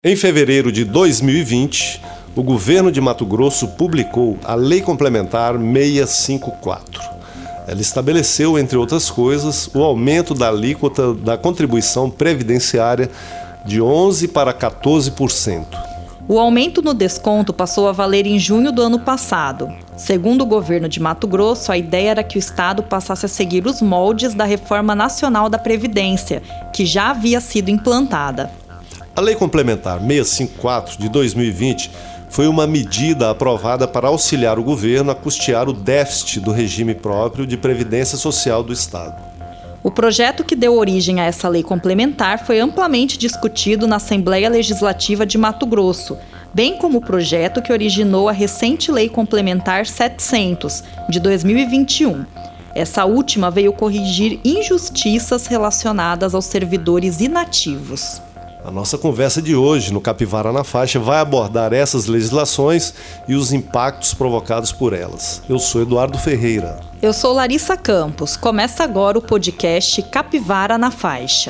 Em fevereiro de 2020, o governo de Mato Grosso publicou a Lei Complementar 654. Ela estabeleceu, entre outras coisas, o aumento da alíquota da contribuição previdenciária de 11% para 14%. O aumento no desconto passou a valer em junho do ano passado. Segundo o governo de Mato Grosso, a ideia era que o Estado passasse a seguir os moldes da Reforma Nacional da Previdência, que já havia sido implantada. A Lei Complementar 654 de 2020 foi uma medida aprovada para auxiliar o governo a custear o déficit do regime próprio de previdência social do Estado. O projeto que deu origem a essa lei complementar foi amplamente discutido na Assembleia Legislativa de Mato Grosso, bem como o projeto que originou a recente Lei Complementar 700, de 2021. Essa última veio corrigir injustiças relacionadas aos servidores inativos. A nossa conversa de hoje, no Capivara na Faixa, vai abordar essas legislações e os impactos provocados por elas. Eu sou Eduardo Ferreira. Eu sou Larissa Campos. Começa agora o podcast Capivara na Faixa.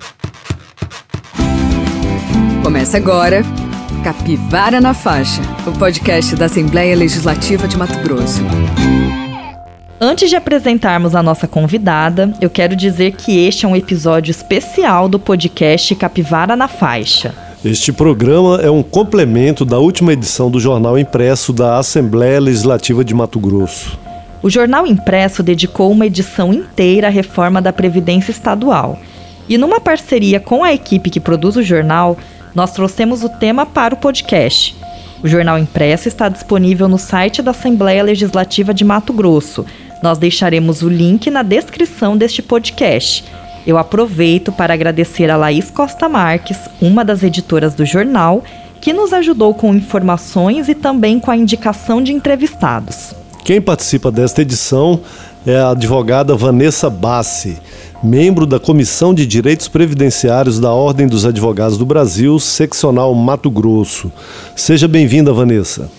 Começa agora Capivara na Faixa, o podcast da Assembleia Legislativa de Mato Grosso. Antes de apresentarmos a nossa convidada, eu quero dizer que este é um episódio especial do podcast Capivara na Faixa. Este programa é um complemento da última edição do Jornal Impresso da Assembleia Legislativa de Mato Grosso. O Jornal Impresso dedicou uma edição inteira à reforma da Previdência Estadual. E numa parceria com a equipe que produz o jornal, nós trouxemos o tema para o podcast. O Jornal Impresso está disponível no site da Assembleia Legislativa de Mato Grosso. Nós deixaremos o link na descrição deste podcast. Eu aproveito para agradecer a Laís Costa Marques, uma das editoras do jornal, que nos ajudou com informações e também com a indicação de entrevistados. Quem participa desta edição é a advogada Vanessa Bassi, membro da Comissão de Direitos Previdenciários da Ordem dos Advogados do Brasil, seccional Mato Grosso. Seja bem-vinda, Vanessa.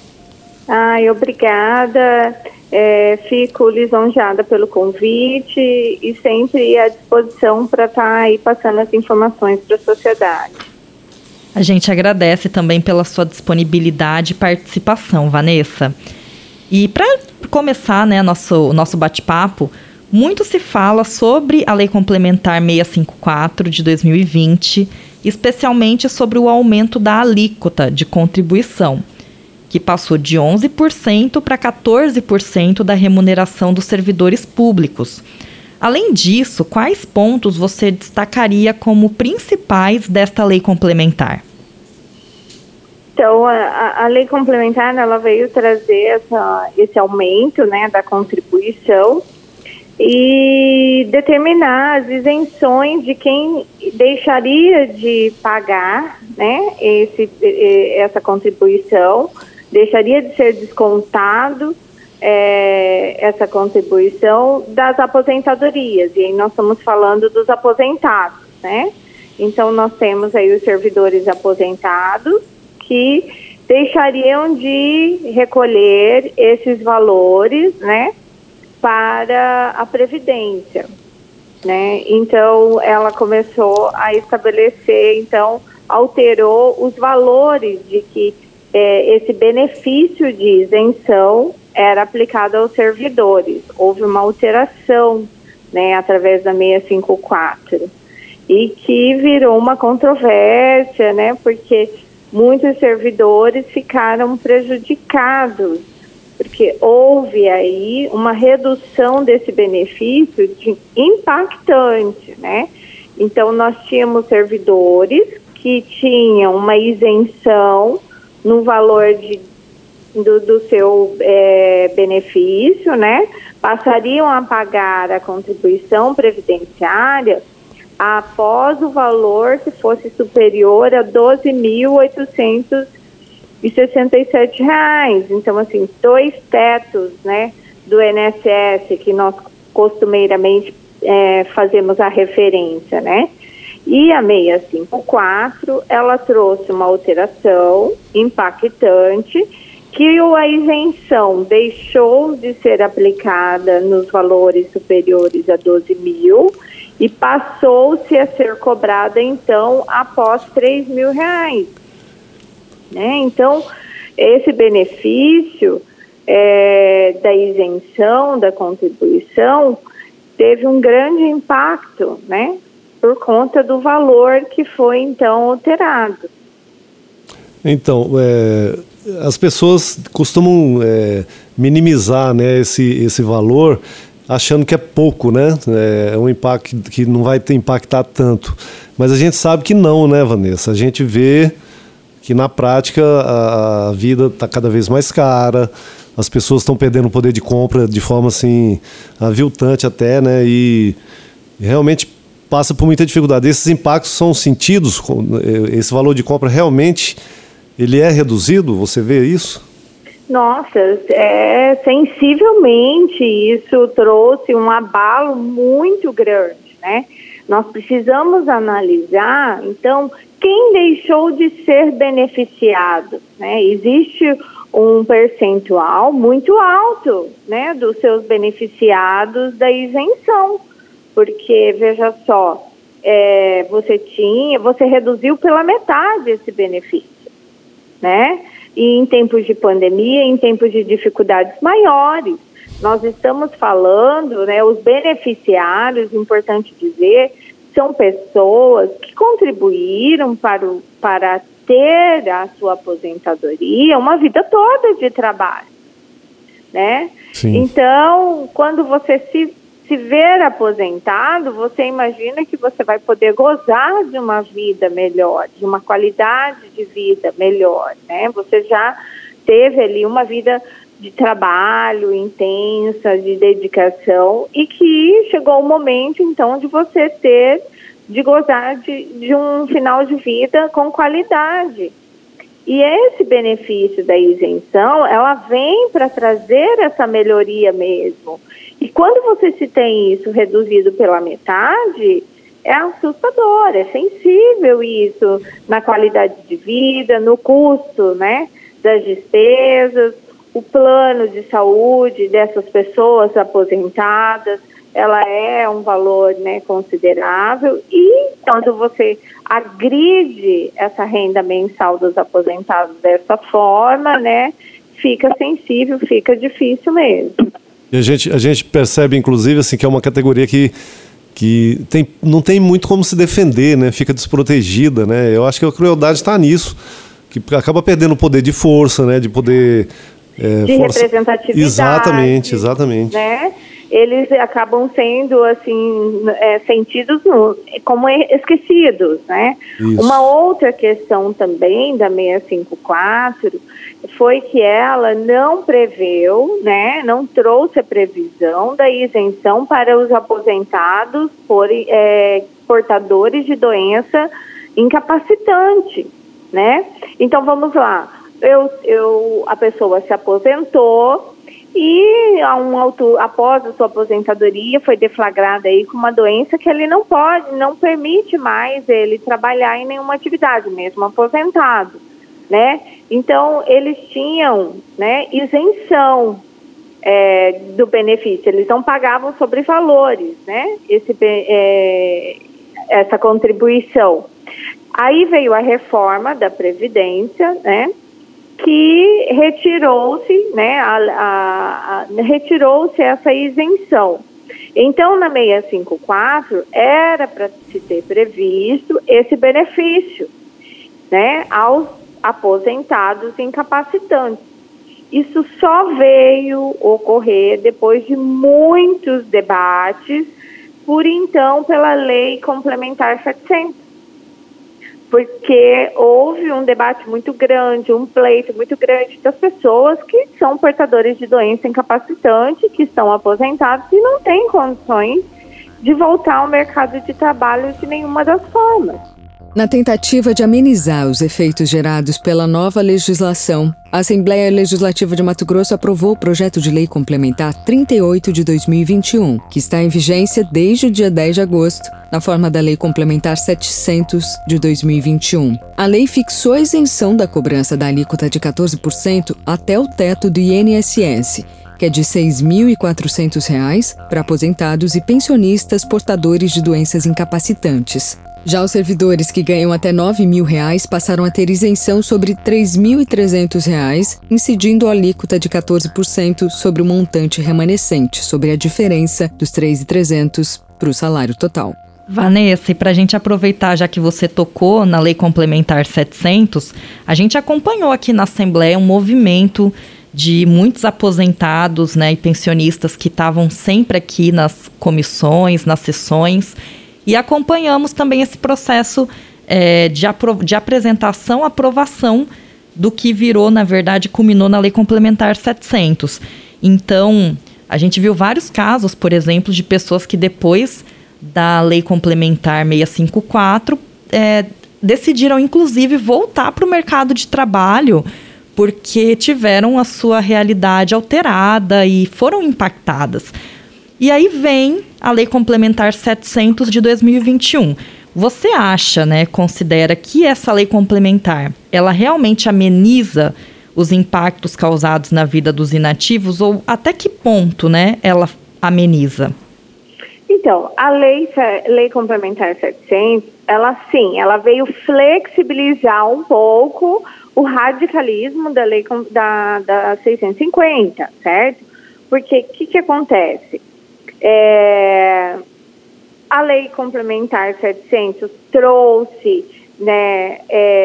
Obrigada. Fico lisonjeada pelo convite e sempre à disposição para estar aí passando as informações para a sociedade. A gente agradece também pela sua disponibilidade e participação, Vanessa. E para começar, o nosso bate-papo, muito se fala sobre a Lei Complementar 654 de 2020, especialmente sobre o aumento da alíquota de contribuição, que passou de 11% para 14% da remuneração dos servidores públicos. Além disso, quais pontos você destacaria como principais desta lei complementar? Então, a lei complementar ela veio trazer esse aumento, da contribuição e determinar as isenções de quem deixaria de pagar, essa contribuição, deixaria de ser descontado essa contribuição das aposentadorias. E aí nós estamos falando dos aposentados, Então, nós temos aí os servidores aposentados que deixariam de recolher esses valores, para a Previdência, Então, ela começou a estabelecer, alterou os valores de que esse benefício de isenção era aplicado aos servidores. Houve uma alteração, através da 654, e que virou uma controvérsia, porque muitos servidores ficaram prejudicados, porque houve aí uma redução desse benefício impactante, Então, nós tínhamos servidores que tinham uma isenção no valor do seu benefício, passariam a pagar a contribuição previdenciária após o valor que fosse superior a R$ 12.867. Então, assim, 2 tetos, do INSS que nós costumeiramente fazemos a referência, E a 654, ela trouxe uma alteração impactante, que a isenção deixou de ser aplicada nos valores superiores a 12 mil e passou-se a ser cobrada, então, após R$ 3.000. né? Então, esse benefício da isenção da contribuição teve um grande impacto, né? Por conta do valor que foi, então, alterado. Então, as pessoas costumam minimizar, né, esse valor, achando que é pouco, né? É um impacto que não vai impactar tanto. Mas a gente sabe que não, né, Vanessa? A gente vê que na prática a vida está cada vez mais cara, as pessoas estão perdendo o poder de compra de forma assim aviltante até, né? E realmente passa por muita dificuldade. Esses impactos são sentidos, esse valor de compra realmente ele é reduzido? Você vê isso? Nossa, sensivelmente isso trouxe um abalo muito grande, né? Nós precisamos analisar, então, quem deixou de ser beneficiado, né? Existe um percentual muito alto, né, dos seus beneficiados da isenção, porque, veja só, você reduziu pela metade esse benefício, né? E em tempos de pandemia, em tempos de dificuldades maiores, nós estamos falando, né, os beneficiários, importante dizer, são pessoas que contribuíram para ter a sua aposentadoria uma vida toda de trabalho, né? Sim. Então, quando você se ver aposentado, você imagina que você vai poder gozar de uma vida melhor, de uma qualidade de vida melhor, né? Você já teve ali uma vida de trabalho intensa, de dedicação, e que chegou o momento, então, de você de gozar de um final de vida com qualidade. E esse benefício da isenção, ela vem para trazer essa melhoria mesmo. E quando você se tem isso reduzido pela metade, é assustador, é sensível isso na qualidade de vida, no custo, né, das despesas, o plano de saúde dessas pessoas aposentadas, ela é um valor, né, considerável, e quando você agride essa renda mensal dos aposentados dessa forma, né, fica sensível, fica difícil mesmo. E a gente percebe, inclusive, assim, que é uma categoria que não tem muito como se defender, né, fica desprotegida, né, eu acho que a crueldade está nisso, que acaba perdendo o poder de força, né, de poder... de representatividade. Exatamente. Né? Eles acabam sendo, assim, sentidos como esquecidos, né? Isso. Uma outra questão também da 654 foi que ela não preveu, né? Não trouxe a previsão da isenção para os aposentados portadores de doença incapacitante, né? Então, vamos lá. A pessoa se aposentou e após a sua aposentadoria foi deflagrada aí com uma doença que ele não permite mais ele trabalhar em nenhuma atividade, mesmo aposentado, né? Então, eles tinham, né, isenção do benefício, eles não pagavam sobre valores, né, essa contribuição. Aí veio a reforma da Previdência, né, que retirou-se, né, retirou-se essa isenção. Então, na 654, era para se ter previsto esse benefício, né, aos aposentados incapacitantes. Isso só veio ocorrer depois de muitos debates, pela Lei Complementar 700. Porque houve um debate muito grande, um pleito muito grande das pessoas que são portadores de doença incapacitante, que estão aposentados e não têm condições de voltar ao mercado de trabalho de nenhuma das formas. Na tentativa de amenizar os efeitos gerados pela nova legislação, a Assembleia Legislativa de Mato Grosso aprovou o projeto de lei complementar 38 de 2021, que está em vigência desde o dia 10 de agosto, na forma da Lei Complementar 700 de 2021. A lei fixou a isenção da cobrança da alíquota de 14% até o teto do INSS, que é de R$ 6.400 para aposentados e pensionistas portadores de doenças incapacitantes. Já os servidores que ganham até R$ 9.000 passaram a ter isenção sobre R$ 3.300, incidindo a alíquota de 14% sobre o montante remanescente, sobre a diferença dos R$ 3.300 para o salário total. Vanessa, e para a gente aproveitar, já que você tocou na Lei Complementar 700, a gente acompanhou aqui na Assembleia um movimento de muitos aposentados, né, e pensionistas que estavam sempre aqui nas comissões, nas sessões, e acompanhamos também esse processo de apresentação, aprovação do que virou, na verdade, culminou na Lei Complementar 700. Então, a gente viu vários casos, por exemplo, de pessoas que depois da Lei Complementar 654 decidiram, inclusive, voltar para o mercado de trabalho porque tiveram a sua realidade alterada e foram impactadas. E aí vem a Lei Complementar 700 de 2021. Você acha, né, considera que essa lei complementar, ela realmente ameniza os impactos causados na vida dos inativos ou até que ponto, né, ela ameniza? Então, a lei Complementar 700, ela veio flexibilizar um pouco o radicalismo da lei da 650, certo? Porque o que acontece? A Lei Complementar 700 trouxe, né,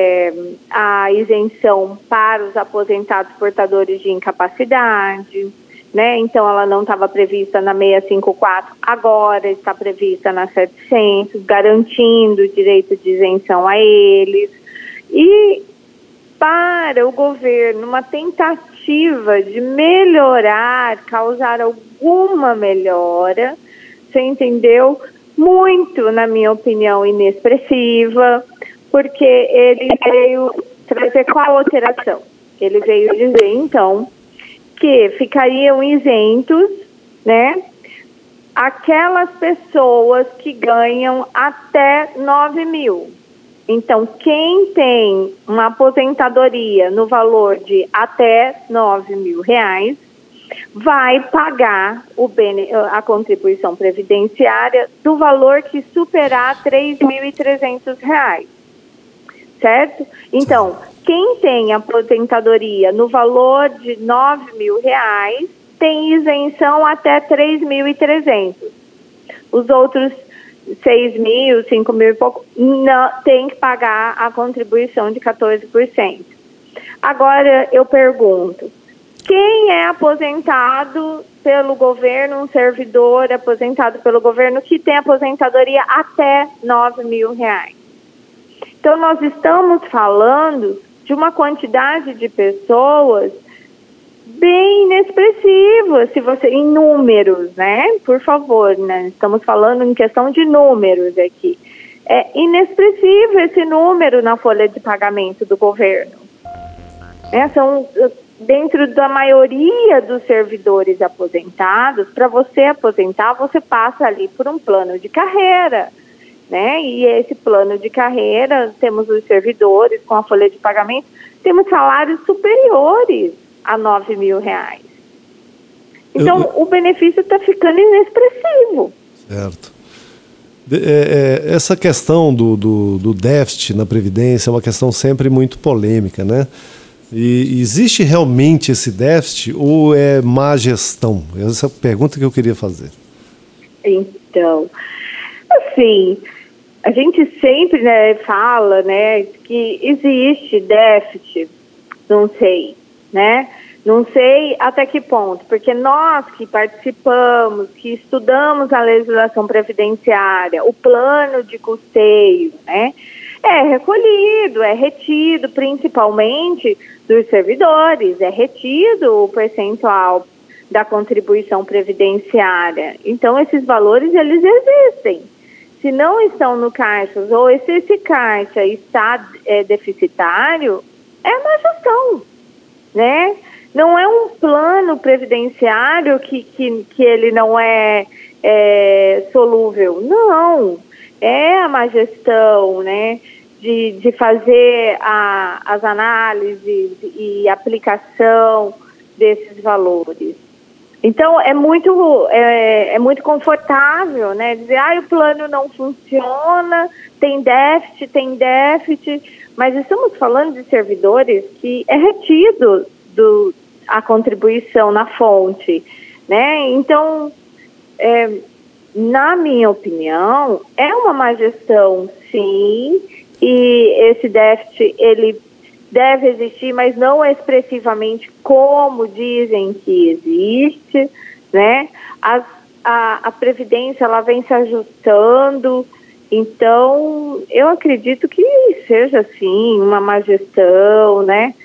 a isenção para os aposentados portadores de incapacidade, né? Então, ela não estava prevista na 654, agora está prevista na 700, garantindo o direito de isenção a eles. E para o governo, uma tentativa de melhorar, causar alguma melhora, você entendeu? Muito, na minha opinião, inexpressiva, porque ele veio trazer qual alteração? Ele veio dizer, então, que ficariam isentos, né, aquelas pessoas que ganham até 9 mil. Então, quem tem uma aposentadoria no valor de até 9 mil reais, vai pagar a contribuição previdenciária do valor que superar R$ 3.300, certo? Então, quem tem aposentadoria no valor de R$ 9 mil reais, tem isenção até R$ 3.300. Os outros 6 mil, 5 mil e pouco, não, tem que pagar a contribuição de 14%. Agora, eu pergunto, quem é aposentado pelo governo, um servidor aposentado pelo governo que tem aposentadoria até R$ 9 mil reais? Então, nós estamos falando de uma quantidade de pessoas bem inexpressiva, em números, né? Por favor, né? Estamos falando em questão de números aqui. É inexpressivo esse número na folha de pagamento do governo. São, dentro da maioria dos servidores aposentados, para você aposentar, você passa ali por um plano de carreira, né? E esse plano de carreira, temos os servidores com a folha de pagamento, temos salários superiores a R$ 9 mil reais. Então, o benefício está ficando inexpressivo. Certo. Essa questão do déficit na Previdência é uma questão sempre muito polêmica, né? E existe realmente esse déficit ou é má gestão? Essa é a pergunta que eu queria fazer. Então, assim, a gente sempre, né, fala, né, que existe déficit, não sei, né? Não sei até que ponto, porque nós que participamos, que estudamos a legislação previdenciária, o plano de custeio, né, é recolhido, é retido principalmente dos servidores, é retido o percentual da contribuição previdenciária. Então, esses valores, eles existem. Se não estão no caixa, ou se esse caixa está deficitário, é má gestão, né? Não é um plano previdenciário que ele não é solúvel. Não, é a má gestão, né? De fazer as análises e aplicação desses valores. Então, é muito confortável, né? Dizer, o plano não funciona, tem déficit, mas estamos falando de servidores que é retido a contribuição na fonte, né? Então, na minha opinião, é uma má gestão, sim, e esse déficit, ele deve existir, mas não expressivamente como dizem que existe, né? A Previdência, ela vem se ajustando, então eu acredito que seja, sim, uma má gestão, né?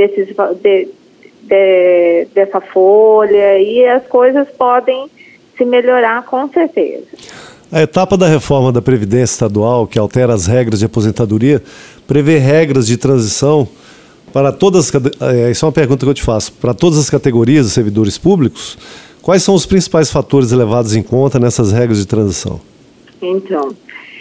Dessa folha, e as coisas podem se melhorar com certeza. A etapa da reforma da Previdência Estadual, que altera as regras de aposentadoria, prevê regras de transição para todas, isso é uma pergunta que eu te faço, para todas as categorias de servidores públicos. Quais são os principais fatores levados em conta nessas regras de transição? Então,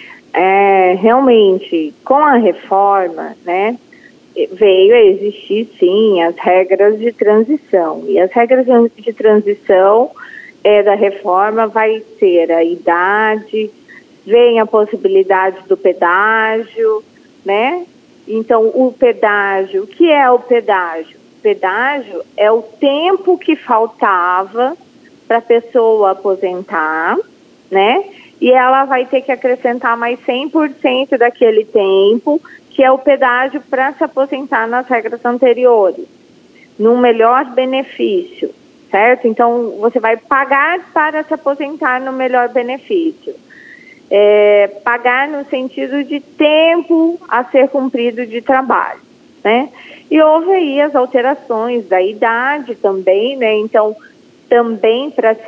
realmente, com a reforma, né, veio a existir, sim, as regras de transição. E as regras de transição da reforma vai ser a idade, vem a possibilidade do pedágio, né? Então, o pedágio, o que é o pedágio? O pedágio é o tempo que faltava para a pessoa aposentar, né? E ela vai ter que acrescentar mais 100% daquele tempo, que é o pedágio para se aposentar nas regras anteriores, num melhor benefício, certo? Então, você vai pagar para se aposentar no melhor benefício. Pagar no sentido de tempo a ser cumprido de trabalho, né? E houve aí as alterações da idade também, né? Então, também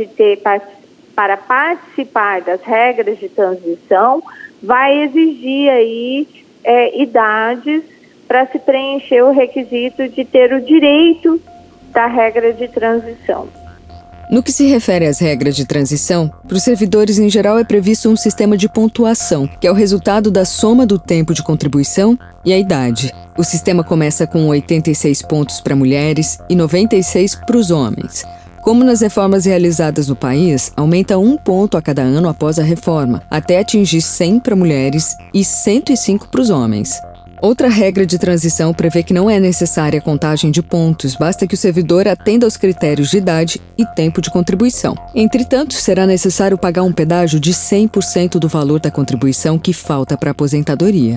para participar das regras de transição, vai exigir aí idades para se preencher o requisito de ter o direito da regra de transição. No que se refere às regras de transição, para os servidores em geral é previsto um sistema de pontuação, que é o resultado da soma do tempo de contribuição e a idade. O sistema começa com 86 pontos para mulheres e 96 para os homens. Como nas reformas realizadas no país, aumenta 1 ponto a cada ano após a reforma, até atingir 100 para mulheres e 105 para os homens. Outra regra de transição prevê que não é necessária a contagem de pontos, basta que o servidor atenda aos critérios de idade e tempo de contribuição. Entretanto, será necessário pagar um pedágio de 100% do valor da contribuição que falta para a aposentadoria.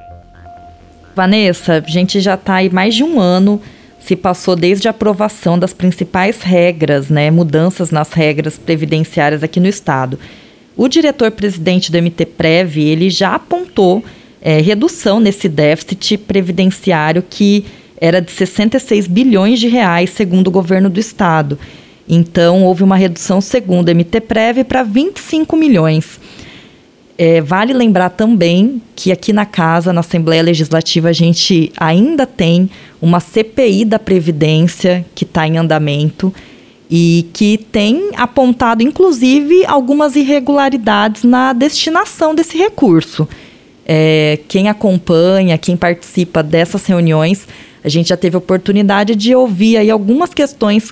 Vanessa, a gente já está aí mais de um ano, se passou desde a aprovação das principais regras, né, mudanças nas regras previdenciárias aqui no Estado. O diretor-presidente do MTPrev, ele já apontou redução nesse déficit previdenciário que era de 66 bilhões de reais, segundo o governo do Estado. Então, houve uma redução, segundo o MTPrev, para 25 milhões. Vale lembrar também que aqui na Casa, na Assembleia Legislativa, a gente ainda tem uma CPI da Previdência que está em andamento e que tem apontado, inclusive, algumas irregularidades na destinação desse recurso. Quem acompanha, quem participa dessas reuniões, a gente já teve a oportunidade de ouvir aí algumas questões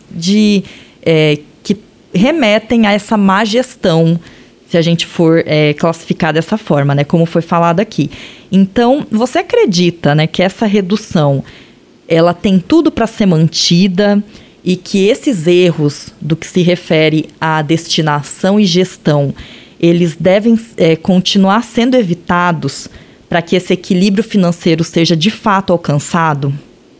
que remetem a essa má gestão, se a gente for classificar dessa forma, né, como foi falado aqui. Então, você acredita, né, que essa redução ela tem tudo para ser mantida e que esses erros do que se refere à destinação e gestão eles devem continuar sendo evitados para que esse equilíbrio financeiro seja de fato alcançado?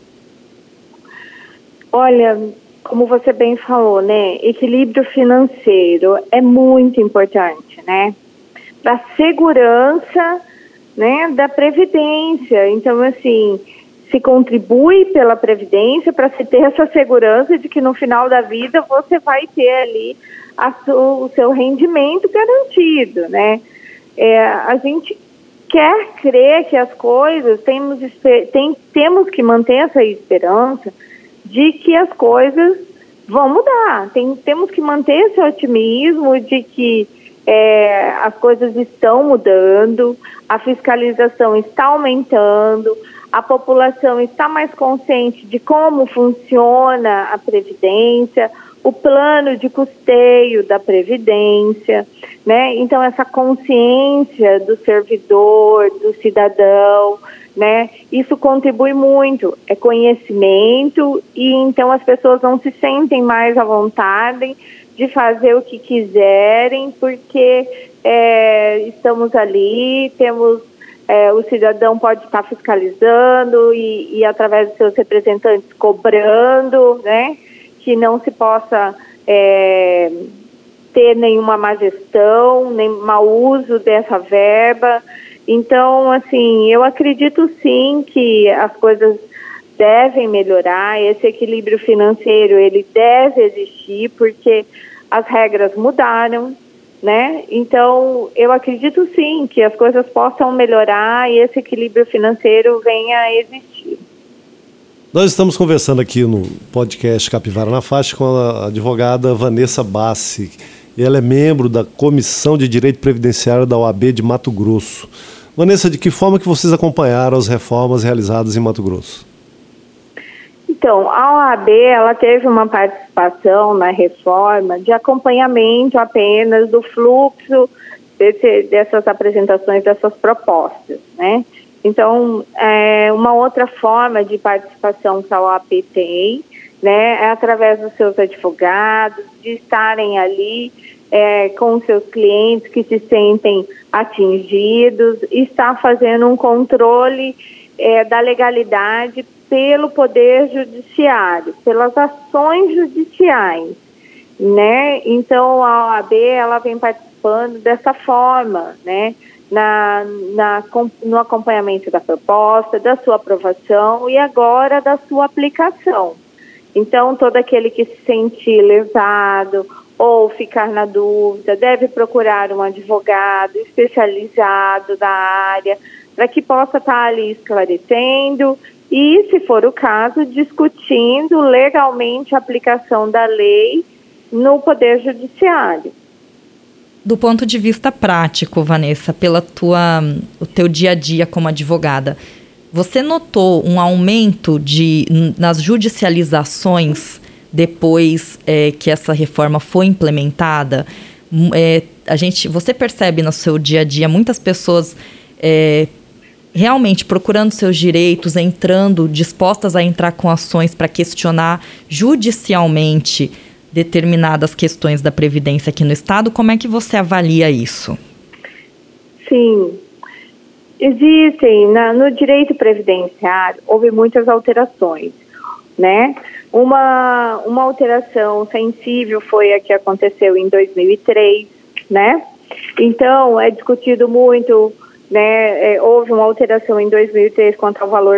Olha, como você bem falou, né, equilíbrio financeiro é muito importante, né, para a segurança, né, da Previdência. Então, assim, se contribui pela Previdência para se ter essa segurança de que no final da vida você vai ter ali o seu rendimento garantido, né? A gente quer crer que as coisas, temos que manter essa esperança de que as coisas vão mudar. Temos que manter esse otimismo de que as coisas estão mudando, a fiscalização está aumentando, a população está mais consciente de como funciona a Previdência, o plano de custeio da Previdência, né? Então, essa consciência do servidor, do cidadão, né? Isso contribui muito, é conhecimento, e então as pessoas não se sentem mais à vontade de fazer o que quiserem, porque estamos ali, temos... o cidadão pode estar fiscalizando e através dos seus representantes cobrando, né? Que não se possa ter nenhuma má gestão, nem mau uso dessa verba. Então, assim, eu acredito sim que as coisas devem melhorar, esse equilíbrio financeiro, ele deve existir, porque as regras mudaram, né? Então, eu acredito sim que as coisas possam melhorar e esse equilíbrio financeiro venha a existir. Nós estamos conversando aqui no podcast Capivara na Faixa com a advogada Vanessa Bassi, e ela é membro da Comissão de Direito Previdenciário da OAB de Mato Grosso. Vanessa, de que forma que vocês acompanharam as reformas realizadas em Mato Grosso? Então, a OAB, ela teve uma participação na reforma de acompanhamento apenas do fluxo dessas apresentações, dessas propostas, né? Então, uma outra forma de participação que a OAB tem, né, é através dos seus advogados, de estarem ali com os seus clientes que se sentem atingidos, e estar fazendo um controle da legalidade pelo Poder Judiciário, pelas ações judiciais, né? Então, a OAB, ela vem participando dessa forma, né? No acompanhamento da proposta, da sua aprovação e agora da sua aplicação. Então, todo aquele que se sentir lesado ou ficar na dúvida deve procurar um advogado especializado da área para que possa estar ali esclarecendo e, se for o caso, discutindo legalmente a aplicação da lei no Poder Judiciário. Do ponto de vista prático, Vanessa, o teu dia a dia como advogada, você notou um aumento nas judicializações depois que essa reforma foi implementada? Você percebe no seu dia a dia muitas pessoas realmente procurando seus direitos, dispostas a entrar com ações para questionar judicialmente determinadas questões da Previdência aqui no Estado? Como é que você avalia isso? Sim, existem, no direito previdenciário, houve muitas alterações, né? Uma alteração sensível foi a que aconteceu em 2003, né? Então, é discutido muito, né? Houve uma alteração em 2003 quanto ao valor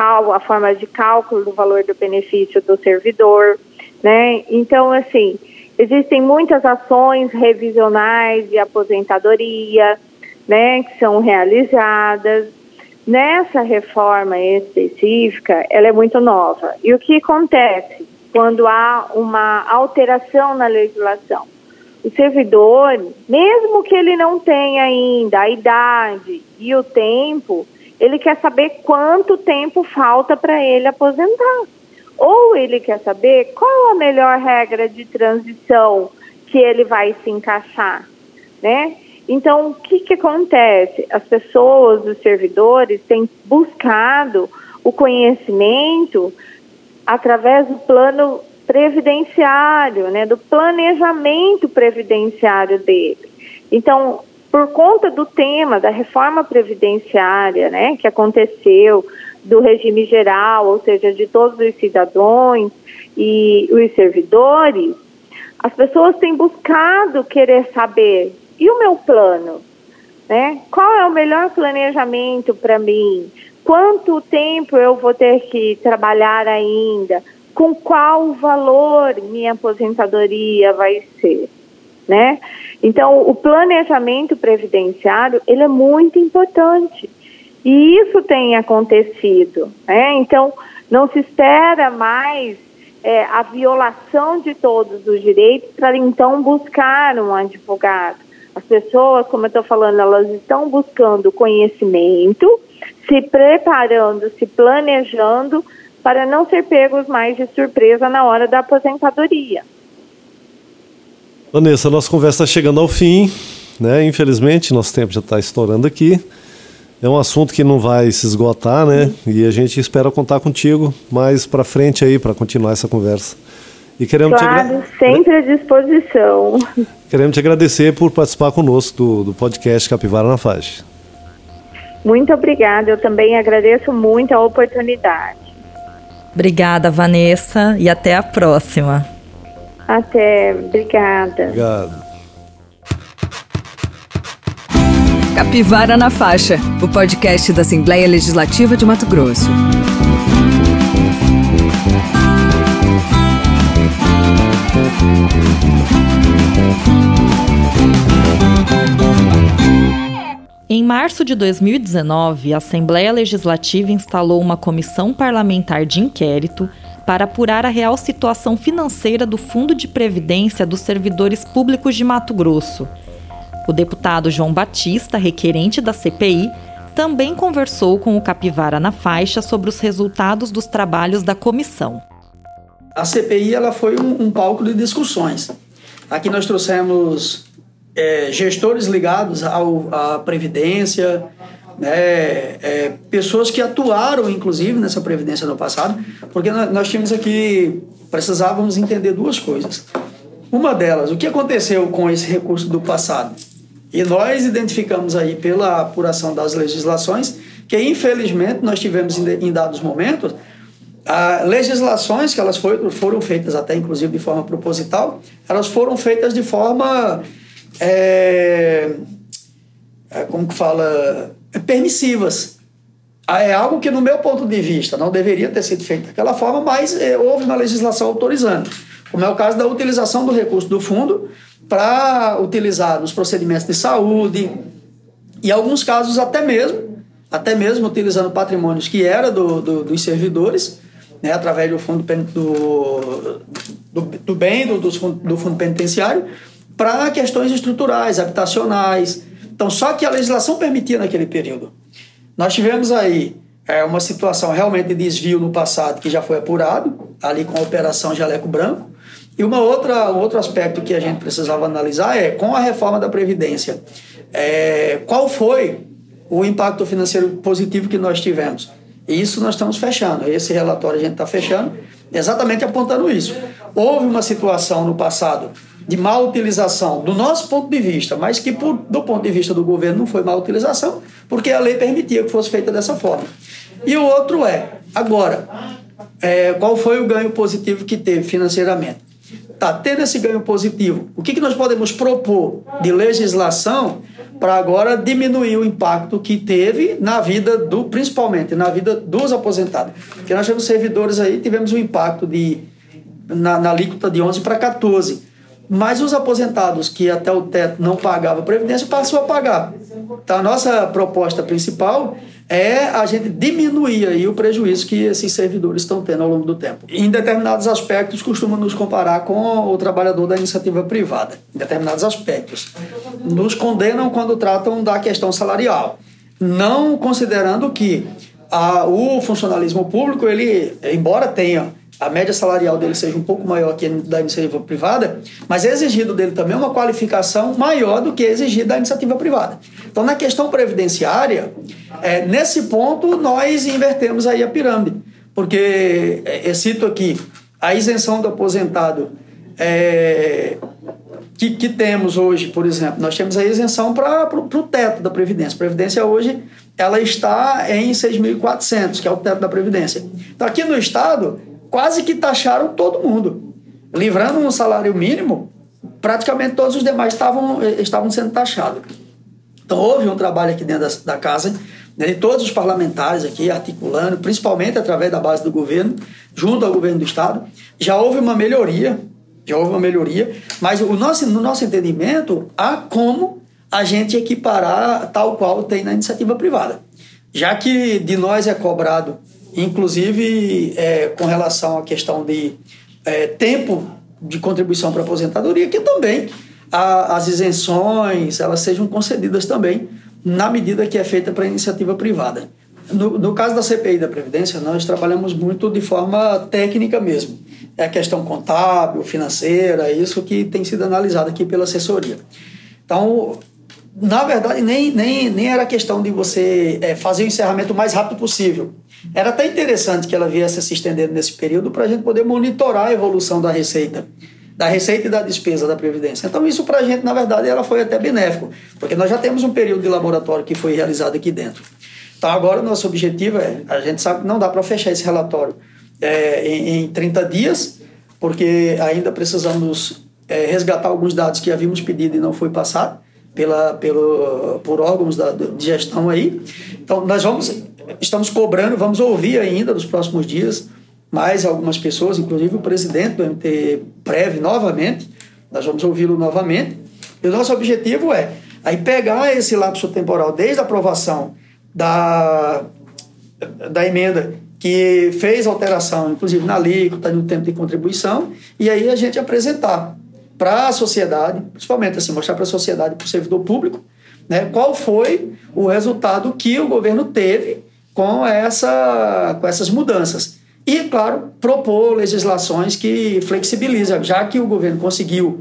a forma de cálculo do valor do benefício do servidor, né? Então, assim, existem muitas ações revisionais de aposentadoria, né, que são realizadas. Nessa reforma específica, ela é muito nova. E o que acontece quando há uma alteração na legislação? O servidor, mesmo que ele não tenha ainda a idade e o tempo, ele quer saber quanto tempo falta para ele aposentar. Ou ele quer saber qual a melhor regra de transição que ele vai se encaixar, né? Então, o que acontece? As pessoas, os servidores, têm buscado o conhecimento através do plano previdenciário, né? Do planejamento previdenciário dele. Então, por conta do tema da reforma previdenciária, né, que aconteceu, do regime geral, ou seja, de todos os cidadãos e os servidores, as pessoas têm buscado querer saber, e o meu plano? Né? Qual é o melhor planejamento para mim? Quanto tempo eu vou ter que trabalhar ainda? Com qual valor minha aposentadoria vai ser? Né? Então, o planejamento previdenciário, ele é muito importante. E isso tem acontecido, né? Então, não se espera mais a violação de todos os direitos para, então, buscar um advogado. As pessoas, como eu estou falando, elas estão buscando conhecimento, se preparando, se planejando para não ser pegos mais de surpresa na hora da aposentadoria. Vanessa, a nossa conversa está chegando ao fim, né? Infelizmente, nosso tempo já está estourando aqui. É um assunto que não vai se esgotar, né? E a gente espera contar contigo mais para frente aí para continuar essa conversa. E queremos sempre à disposição. Queremos te agradecer por participar conosco do podcast Capivara na Faixa. Muito obrigada, eu também agradeço muito a oportunidade. Obrigada, Vanessa, e até a próxima. Até, obrigada. Obrigado. Capivara na Faixa, o podcast da Assembleia Legislativa de Mato Grosso. Em março de 2019, a Assembleia Legislativa instalou uma comissão parlamentar de inquérito para apurar a real situação financeira do Fundo de Previdência dos Servidores Públicos de Mato Grosso. O deputado João Batista, requerente da CPI, também conversou com o Capivara na Faixa sobre os resultados dos trabalhos da comissão. A CPI ela foi um palco de discussões. Aqui nós trouxemos gestores ligados à Previdência, né, pessoas que atuaram, inclusive, nessa Previdência no passado, porque nós tínhamos aqui, precisávamos entender duas coisas. Uma delas, o que aconteceu com esse recurso do passado? E nós identificamos aí pela apuração das legislações que, infelizmente, nós tivemos em dados momentos legislações que elas foram feitas até, inclusive, de forma proposital, elas foram feitas de forma, permissivas. É algo que, no meu ponto de vista, não deveria ter sido feito daquela forma, mas houve uma legislação autorizando. Como é o caso da utilização do recurso do fundo para utilizar nos procedimentos de saúde, e em alguns casos até mesmo utilizando patrimônios que era dos servidores, né, através do fundo do fundo penitenciário, para questões estruturais, habitacionais. Então, só que a legislação permitia naquele período. Nós tivemos aí uma situação realmente de desvio no passado, que já foi apurado, ali com a Operação Jaleco Branco. E outro aspecto que a gente precisava analisar com a reforma da Previdência, qual foi o impacto financeiro positivo que nós tivemos. E isso nós estamos fechando. Esse relatório a gente está fechando, exatamente apontando isso. Houve uma situação no passado de má utilização, do nosso ponto de vista, mas que do ponto de vista do governo não foi má utilização, porque a lei permitia que fosse feita dessa forma. E o outro agora, qual foi o ganho positivo que teve financeiramente? Tá tendo esse ganho positivo, o que nós podemos propor de legislação para agora diminuir o impacto que teve na vida principalmente na vida dos aposentados? Porque nós temos servidores aí, tivemos um impacto na alíquota de 11 para 14. Mas os aposentados que até o teto não pagavam a Previdência passam a pagar. Então, a nossa proposta principal é a gente diminuir aí o prejuízo que esses servidores estão tendo ao longo do tempo. Em determinados aspectos, costumam nos comparar com o trabalhador da iniciativa privada. Em determinados aspectos. Nos condenam quando tratam da questão salarial. Não considerando que o funcionalismo público, ele, embora tenha a média salarial dele seja um pouco maior que a da iniciativa privada, mas é exigido dele também uma qualificação maior do que é exigido da iniciativa privada. Então, na questão previdenciária, nesse ponto, nós invertemos aí a pirâmide, porque, cito aqui, a isenção do aposentado que temos hoje, por exemplo, nós temos a isenção para o teto da Previdência. A Previdência hoje ela está em 6.400, que é o teto da Previdência. Então, aqui no Estado, quase que taxaram todo mundo. Livrando um salário mínimo, praticamente todos os demais estavam sendo taxados. Então, houve um trabalho aqui dentro da casa, de todos os parlamentares aqui, articulando, principalmente através da base do governo, junto ao governo do Estado. Já houve uma melhoria, mas no nosso entendimento, há como a gente equiparar tal qual tem na iniciativa privada. Já que de nós é cobrado, inclusive com relação à questão de tempo de contribuição para a aposentadoria, que também as isenções elas sejam concedidas também na medida que é feita para a iniciativa privada. No caso da CPI da Previdência, nós trabalhamos muito de forma técnica mesmo. é a questão contábil, financeira, isso que tem sido analisado aqui pela assessoria. Então, na verdade, nem era questão de você fazer o encerramento o mais rápido possível. Era até interessante que ela viesse se estendendo nesse período para a gente poder monitorar a evolução da receita e da despesa da Previdência. Então, isso para a gente, na verdade, ela foi até benéfico, porque nós já temos um período de laboratório que foi realizado aqui dentro. Então, agora, o nosso objetivo a gente sabe que não dá para fechar esse relatório em 30 dias, porque ainda precisamos resgatar alguns dados que havíamos pedido e não foi passado por órgãos de gestão aí. Então, nós estamos cobrando, vamos ouvir ainda nos próximos dias mais algumas pessoas, inclusive o presidente do MT-Prev novamente, nós vamos ouvi-lo novamente, e o nosso objetivo é aí pegar esse lapso temporal desde a aprovação da emenda que fez alteração, inclusive na alíquota, no tempo de contribuição, e aí a gente apresentar para a sociedade, principalmente assim, mostrar para a sociedade, para o servidor público, né, qual foi o resultado que o governo teve com essas mudanças. E, claro, propor legislações que flexibilizam, já que o governo conseguiu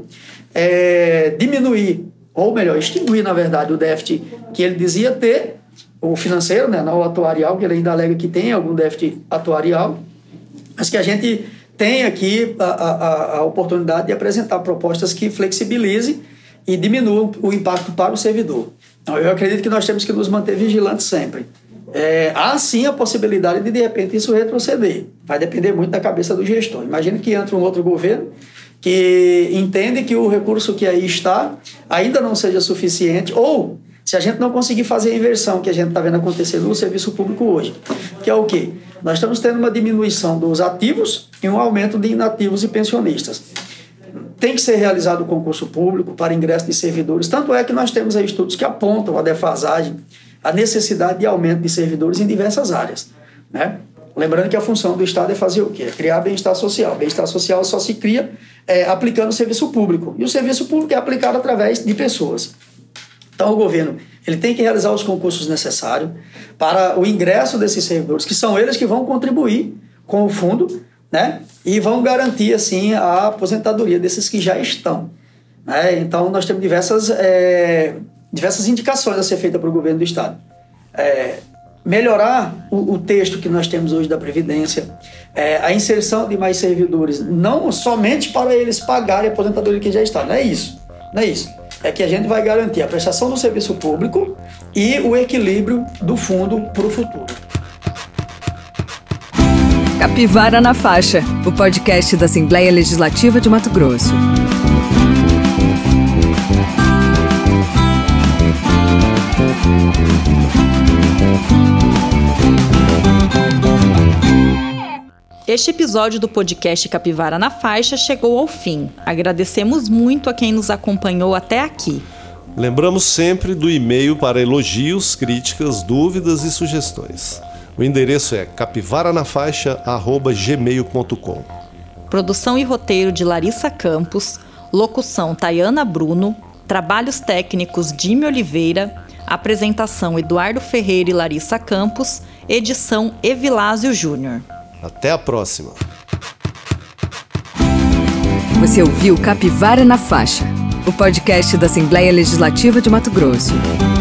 diminuir, ou melhor, extinguir, na verdade, o déficit que ele dizia ter, o financeiro, né, não o atuarial, que ele ainda alega que tem algum déficit atuarial, mas que a gente tem aqui a oportunidade de apresentar propostas que flexibilizem e diminuam o impacto para o servidor. Então, eu acredito que nós temos que nos manter vigilantes sempre. Há sim a possibilidade de repente, isso retroceder. Vai depender muito da cabeça do gestor. Imagina que entra um outro governo que entende que o recurso que aí está ainda não seja suficiente, ou se a gente não conseguir fazer a inversão que a gente está vendo acontecer no serviço público hoje, que é o quê? Nós estamos tendo uma diminuição dos ativos e um aumento de inativos e pensionistas. Tem que ser realizado o concurso público para ingresso de servidores, tanto é que nós temos aí estudos que apontam a defasagem, a necessidade de aumento de servidores em diversas áreas, né? Lembrando que a função do Estado é fazer o quê? É criar bem-estar social. Bem-estar social só se cria aplicando o serviço público. E o serviço público é aplicado através de pessoas. Então, o governo ele tem que realizar os concursos necessários para o ingresso desses servidores, que são eles que vão contribuir com o fundo, né? E vão garantir, assim, a aposentadoria desses que já estão, né? Então, nós temos diversas indicações a ser feitas para o governo do Estado. Melhorar o texto que nós temos hoje da Previdência, a inserção de mais servidores, não somente para eles pagarem a aposentadoria que já está, não é isso. É que a gente vai garantir a prestação do serviço público e o equilíbrio do fundo para o futuro. Capivara na Faixa, o podcast da Assembleia Legislativa de Mato Grosso. Este episódio do podcast Capivara na Faixa chegou ao fim. Agradecemos muito a quem nos acompanhou até aqui. Lembramos sempre do e-mail para elogios, críticas, dúvidas e sugestões. O endereço é capivaranafaixa@gmail.com. Produção e roteiro de Larissa Campos, locução Tayana Bruno, trabalhos técnicos Jimmy Oliveira, apresentação Eduardo Ferreira e Larissa Campos, edição Evilásio Júnior. Até a próxima. Você ouviu Capivara na Faixa, o podcast da Assembleia Legislativa de Mato Grosso.